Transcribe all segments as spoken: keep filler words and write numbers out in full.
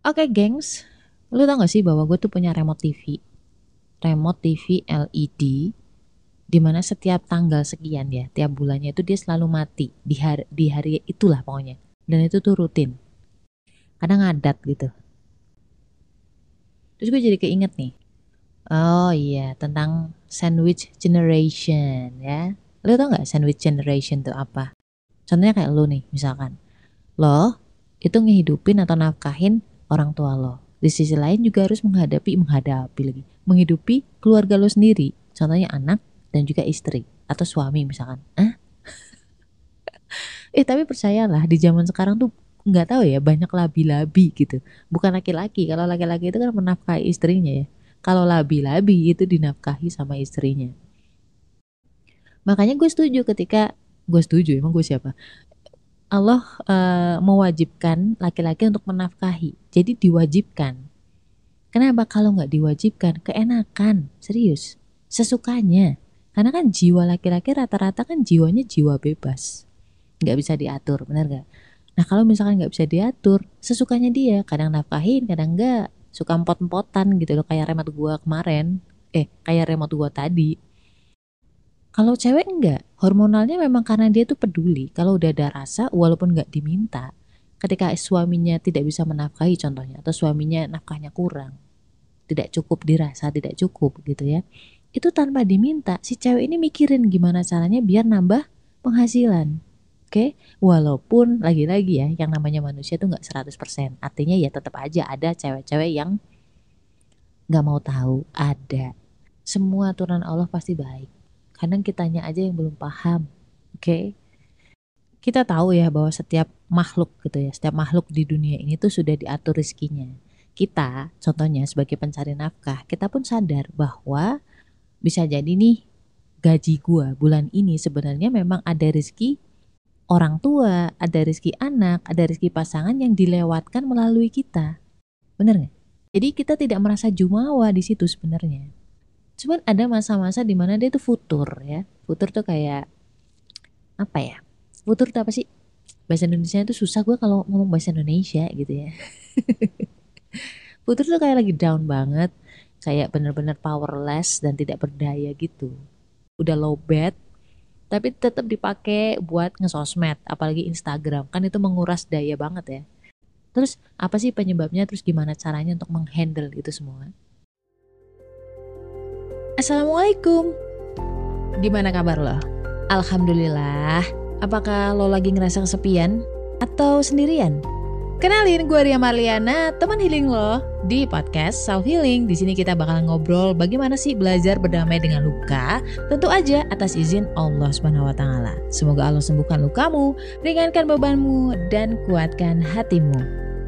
Oke gengs, lu tau gak sih bahwa gue tuh punya remote T V, remote T V L E D, dimana setiap tanggal sekian ya, tiap bulannya itu dia selalu mati di hari di hari itulah pokoknya, dan itu tuh rutin, kadang ngadat gitu. Terus gue jadi keinget nih, oh iya tentang sandwich generation ya. Lu tau gak sandwich generation tuh apa? Contohnya kayak lu nih, misalkan lo itu ngehidupin atau nafkahin orang tua lo. Di sisi lain juga harus menghadapi menghadapi lagi, menghidupi keluarga lo sendiri. Contohnya anak dan juga istri atau suami misalkan. Ah, eh tapi percayalah di zaman sekarang tuh nggak tahu ya banyak labi-labi gitu. Bukan laki-laki. Kalau laki-laki itu kan menafkahi istrinya ya. Kalau labi-labi itu dinafkahi sama istrinya. Makanya gue setuju ketika gue setuju emang gue siapa? Allah uh, mewajibkan laki-laki untuk menafkahi. Jadi diwajibkan. Kenapa kalau nggak diwajibkan? Keenakan, serius. Sesukanya. Karena kan jiwa laki-laki rata-rata kan jiwanya jiwa bebas. Nggak bisa diatur, benar nggak? Nah kalau misalkan nggak bisa diatur, sesukanya dia. Kadang nafkahin, kadang nggak. Suka empot-empotan gitu loh, kayak remote gua kemarin. Eh, kayak remote gua tadi. Kalau cewek enggak, hormonalnya memang karena dia tuh peduli. Kalau udah ada rasa, walaupun nggak diminta, ketika suaminya tidak bisa menafkahi contohnya, atau suaminya nafkahnya kurang, tidak cukup dirasa, tidak cukup gitu ya, itu tanpa diminta, si cewek ini mikirin gimana caranya biar nambah penghasilan. Oke, walaupun lagi-lagi ya, yang namanya manusia tuh nggak seratus persen. Artinya ya tetap aja ada cewek-cewek yang nggak mau tahu, ada. Semua aturan Allah pasti baik. Kadang kitanya aja yang belum paham. Oke, okay? Kita tahu ya bahwa setiap makhluk gitu ya, setiap makhluk di dunia ini tuh sudah diatur rezekinya. Kita, contohnya sebagai pencari nafkah, kita pun sadar bahwa bisa jadi nih gaji gua bulan ini sebenarnya memang ada rezeki orang tua, ada rezeki anak, ada rezeki pasangan yang dilewatkan melalui kita. Bener nggak? Jadi kita tidak merasa jumawa di situ sebenarnya. Cuman ada masa-masa di mana dia tuh futur ya. Futur tuh kayak apa ya? Futur tuh apa sih? Bahasa Indonesia itu susah gue kalau ngomong bahasa Indonesia gitu ya. Futur tuh kayak lagi down banget, kayak bener-bener powerless dan tidak berdaya gitu. Udah low bad, tapi tetap dipakai buat ngesosmed, apalagi Instagram. Kan itu menguras daya banget ya. Terus apa sih penyebabnya? Terus gimana caranya untuk menghandle itu semua? Assalamualaikum. Gimana kabar lo? Alhamdulillah. Apakah lo lagi ngerasa kesepian atau sendirian? Kenalin, gue Ria Marliana, teman healing lo di podcast Self Healing. Di sini kita bakal ngobrol bagaimana sih belajar berdamai dengan luka, tentu aja atas izin Allah Subhanahu wa taala. Semoga Allah sembuhkan lukamu, ringankan bebanmu dan kuatkan hatimu.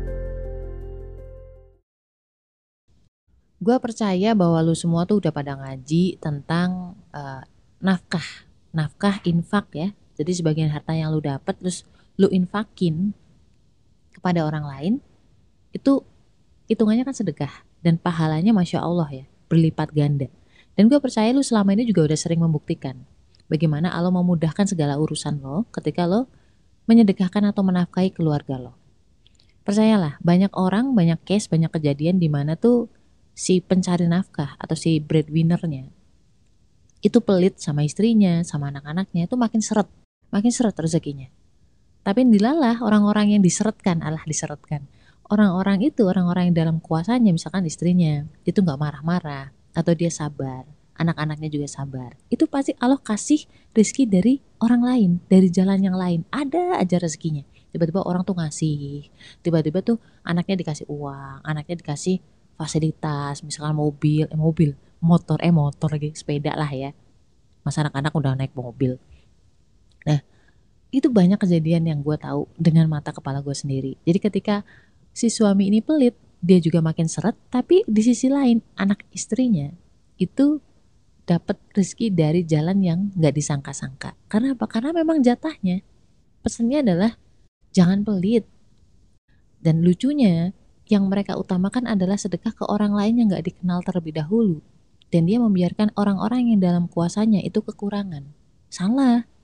Gue percaya bahwa lu semua tuh udah pada ngaji tentang uh, nafkah, nafkah infak ya. Jadi sebagian harta yang lu dapat terus lu infakin kepada orang lain, itu hitungannya kan sedekah dan pahalanya masya Allah ya, berlipat ganda. Dan gue percaya lu selama ini juga udah sering membuktikan bagaimana Allah memudahkan segala urusan lo ketika lo menyedekahkan atau menafkahi keluarga lo. Percayalah, banyak orang, banyak case, banyak kejadian di mana tuh si pencari nafkah atau si breadwinnernya itu pelit sama istrinya, sama anak-anaknya, itu makin seret, makin seret rezekinya. Tapi dilalah orang-orang yang diseretkan, Allah diseretkan. Orang-orang itu, orang-orang yang dalam kuasanya, misalkan istrinya, itu gak marah-marah, atau dia sabar, anak-anaknya juga sabar. Itu pasti Allah kasih rezeki dari orang lain, dari jalan yang lain. Ada aja rezekinya. Tiba-tiba orang tuh ngasih, tiba-tiba tuh anaknya dikasih uang, anaknya dikasih fasilitas, misalkan mobil, eh mobil, motor, eh motor lagi, sepeda lah ya. Masa anak-anak udah naik mobil. Nah, itu banyak kejadian yang gue tahu dengan mata kepala gue sendiri. Jadi ketika si suami ini pelit, dia juga makin seret. Tapi di sisi lain anak istrinya itu dapat rezeki dari jalan yang nggak disangka-sangka. Karena apa? Karena memang jatahnya. Pesannya adalah jangan pelit. Dan lucunya yang mereka utamakan adalah sedekah ke orang lain yang nggak dikenal terlebih dahulu. Dan dia membiarkan orang-orang yang dalam kuasanya itu kekurangan. Salah.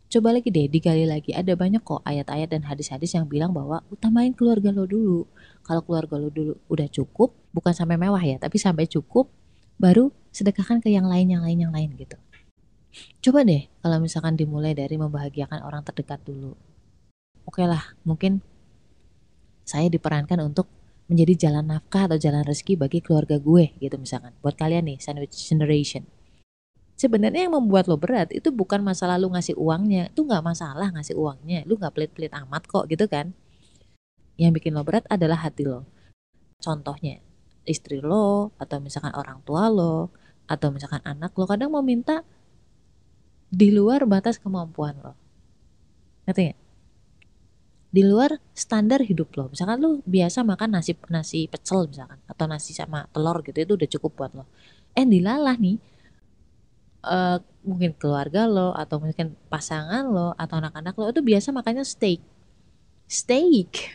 Coba lagi deh, digali lagi. Ada banyak kok ayat-ayat dan hadis-hadis yang bilang bahwa utamain keluarga lo dulu. Kalau keluarga lo dulu udah cukup, bukan sampai mewah ya, tapi sampai cukup, baru sedekahkan ke yang lain, yang lain, yang lain gitu. Coba deh kalau misalkan dimulai dari membahagiakan orang terdekat dulu. Oke lah, mungkin saya diperankan untuk menjadi jalan nafkah atau jalan rezeki bagi keluarga gue gitu misalkan. Buat kalian nih, sandwich generation. Sebenarnya yang membuat lo berat itu bukan masalah lu ngasih uangnya, itu nggak masalah ngasih uangnya, lu nggak pelit-pelit amat kok gitu kan. Yang bikin lo berat adalah hati lo. Contohnya istri lo atau misalkan orang tua lo atau misalkan anak lo kadang mau minta di luar batas kemampuan lo, ngerti nggak? Di luar standar hidup lo. Misalkan lo biasa makan nasi nasi pecel misalkan atau nasi sama telur gitu, itu udah cukup buat lo. Eh dilalah nih, uh, mungkin keluarga lo atau mungkin pasangan lo atau anak-anak lo itu biasa makannya steak steak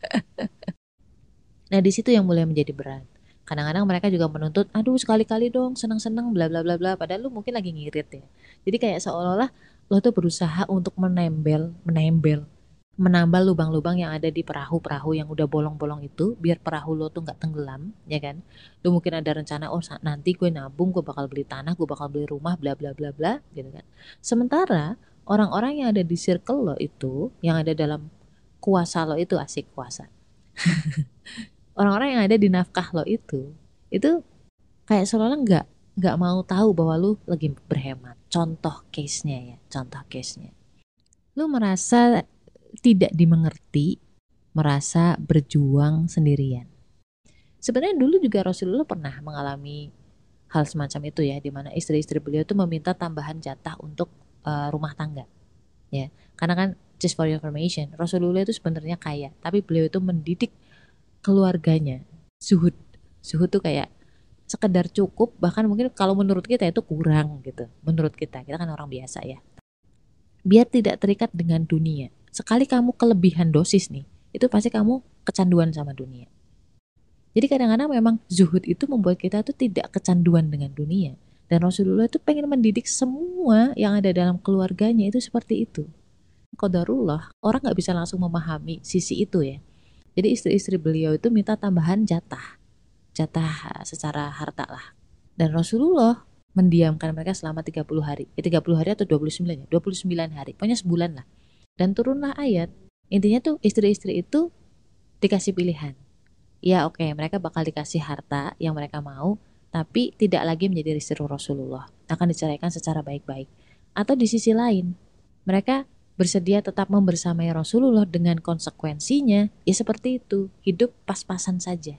nah di situ yang mulai menjadi berat. Kadang-kadang mereka juga menuntut, aduh sekali-kali dong senang-senang bla bla bla bla, padahal lu mungkin lagi ngirit ya. Jadi kayak seolah-olah lo tuh berusaha untuk menembel menembel menambal lubang-lubang yang ada di perahu-perahu yang udah bolong-bolong itu biar perahu lo tuh nggak tenggelam, ya kan? Lo mungkin ada rencana, oh nanti gue nabung, gue bakal beli tanah, gue bakal beli rumah, bla bla bla bla, gitu kan? Sementara orang-orang yang ada di circle lo itu, yang ada dalam kuasa lo itu, asik kuasa. Orang-orang yang ada di nafkah lo itu, itu kayak seolah-olah nggak nggak mau tahu bahwa lo lagi berhemat. Contoh case-nya ya, contoh case-nya. Lo merasa tidak dimengerti, merasa berjuang sendirian. Sebenarnya dulu juga Rasulullah pernah mengalami hal semacam itu ya, di mana istri-istri beliau itu meminta tambahan jatah untuk uh, rumah tangga. Ya, karena kan just for your information, Rasulullah itu sebenarnya kaya, tapi beliau itu mendidik keluarganya zuhud. Zuhud tuh kayak sekedar cukup, bahkan mungkin kalau menurut kita itu kurang gitu. Menurut kita, kita kan orang biasa ya. Biar tidak terikat dengan dunia. Sekali kamu kelebihan dosis nih, itu pasti kamu kecanduan sama dunia. Jadi kadang-kadang memang zuhud itu membuat kita tuh tidak kecanduan dengan dunia. Dan Rasulullah itu pengen mendidik semua yang ada dalam keluarganya itu seperti itu. Qadarullah, orang gak bisa langsung memahami sisi itu ya. Jadi istri-istri beliau itu minta tambahan jatah. Jatah secara harta lah. Dan Rasulullah mendiamkan mereka selama tiga puluh hari. Eh, tiga puluh hari atau dua puluh sembilan ya? dua puluh sembilan hari. Pokoknya sebulan lah. Dan turunlah ayat. Intinya tuh istri-istri itu dikasih pilihan. Ya oke, okay, mereka bakal dikasih harta yang mereka mau, tapi tidak lagi menjadi istri Rasulullah. Akan diceraikan secara baik-baik. Atau di sisi lain, mereka bersedia tetap membersamai Rasulullah dengan konsekuensinya, ya seperti itu, hidup pas-pasan saja.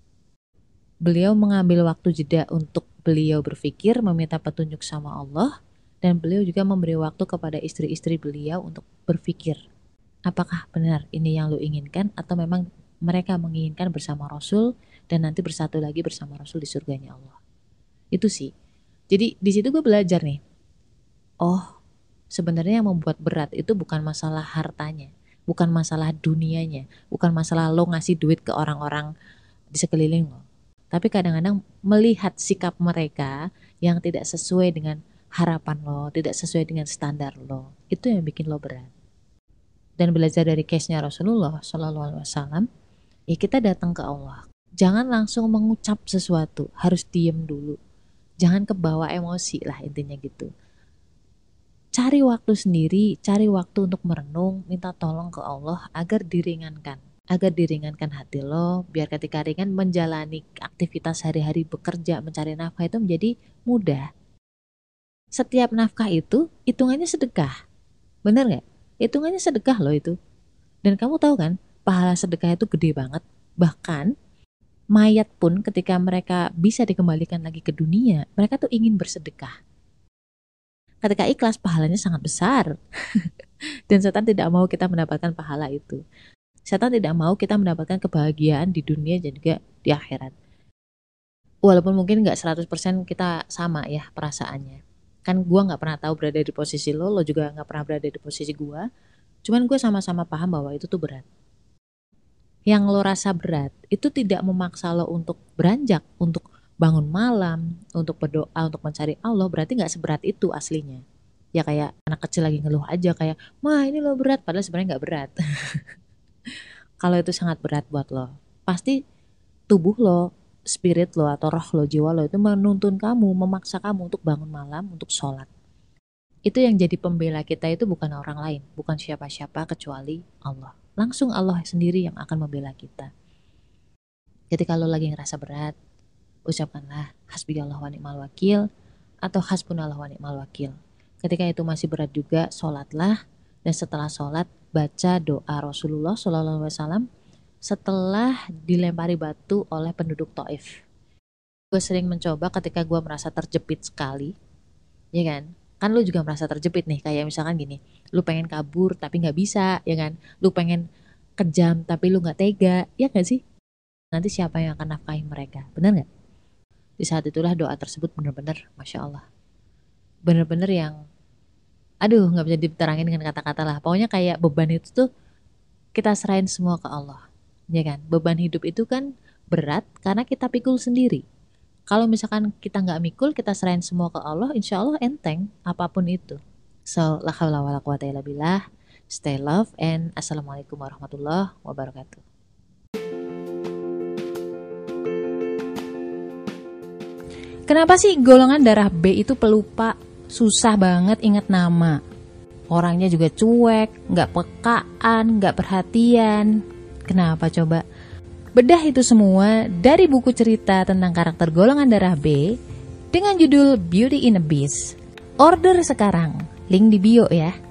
Beliau mengambil waktu jeda untuk beliau berpikir, meminta petunjuk sama Allah, dan beliau juga memberi waktu kepada istri-istri beliau untuk berpikir, apakah benar ini yang lo inginkan atau memang mereka menginginkan bersama Rasul dan nanti bersatu lagi bersama Rasul di surganya Allah. Itu sih. Jadi di situ gue belajar nih, oh sebenarnya yang membuat berat itu bukan masalah hartanya, bukan masalah dunianya, bukan masalah lo ngasih duit ke orang-orang di sekeliling lo. Tapi kadang-kadang melihat sikap mereka yang tidak sesuai dengan harapan lo, tidak sesuai dengan standar lo, itu yang bikin lo berat. Dan belajar dari case-nya Rasulullah Shallallahu Alaihi Wasallam, ya kita datang ke Allah. Jangan langsung mengucap sesuatu, harus diem dulu. Jangan kebawa emosi lah intinya gitu. Cari waktu sendiri, cari waktu untuk merenung, minta tolong ke Allah agar diringankan. Agar diringankan hati lo, biar ketika ringan menjalani aktivitas sehari-hari bekerja, mencari nafkah itu menjadi mudah. Setiap nafkah itu, hitungannya sedekah. Bener gak? Hitungannya sedekah loh itu. Dan kamu tahu kan, pahala sedekah itu gede banget. Bahkan, mayat pun ketika mereka bisa dikembalikan lagi ke dunia, mereka tuh ingin bersedekah. Ketika ikhlas, pahalanya sangat besar. Dan setan tidak mau kita mendapatkan pahala itu. Setan tidak mau kita mendapatkan kebahagiaan di dunia dan juga di akhirat. Walaupun mungkin gak seratus persen kita sama ya perasaannya. Kan gue gak pernah tahu berada di posisi lo, lo juga gak pernah berada di posisi gue. Cuman gue sama-sama paham bahwa itu tuh berat. Yang lo rasa berat, itu tidak memaksa lo untuk beranjak, untuk bangun malam, untuk berdoa, untuk mencari Allah, berarti gak seberat itu aslinya. Ya kayak anak kecil lagi ngeluh aja kayak, "Mah, ini lo berat," padahal sebenarnya nggak berat. Kalau itu sangat berat buat lo, pasti tubuh lo, spirit lo atau roh lo, jiwa lo itu menuntun kamu, memaksa kamu untuk bangun malam, untuk sholat. Itu yang jadi pembela kita itu bukan orang lain, bukan siapa-siapa kecuali Allah. Langsung Allah sendiri yang akan membela kita. Jadi kalau lagi ngerasa berat, ucapkanlah hasbiyallahu wa ni'mal wakil atau hasbunallahu wa ni'mal wakil. Ketika itu masih berat juga, sholatlah, dan setelah sholat baca doa Rasulullah shallallahu alaihi wasallam setelah dilempari batu oleh penduduk Taif. Gue sering mencoba ketika gue merasa terjepit sekali, ya kan? Kan lu juga merasa terjepit nih, kayak misalkan gini, lu pengen kabur tapi nggak bisa, ya kan? Lu pengen kejam tapi lu nggak tega, ya nggak sih? Nanti siapa yang akan nafkahi mereka, benar nggak? Di saat itulah doa tersebut benar-benar, masya Allah, benar-benar yang, aduh nggak bisa diterangin dengan kata-kata lah. Pokoknya kayak beban itu tuh kita serahin semua ke Allah, ya kan? Beban hidup itu kan berat karena kita pikul sendiri. Kalau misalkan kita nggak mikul, kita serahin semua ke Allah, insya Allah enteng apapun itu. So, la haula wala quwata illa billah. Stay love and assalamualaikum warahmatullahi wabarakatuh. Kenapa sih golongan darah B itu pelupa, susah banget ingat nama? Orangnya juga cuek, nggak pekaan, nggak perhatian. Kenapa coba? Bedah itu semua dari buku cerita tentang karakter golongan darah B dengan judul Beauty in a Beast. Order sekarang, link di bio ya.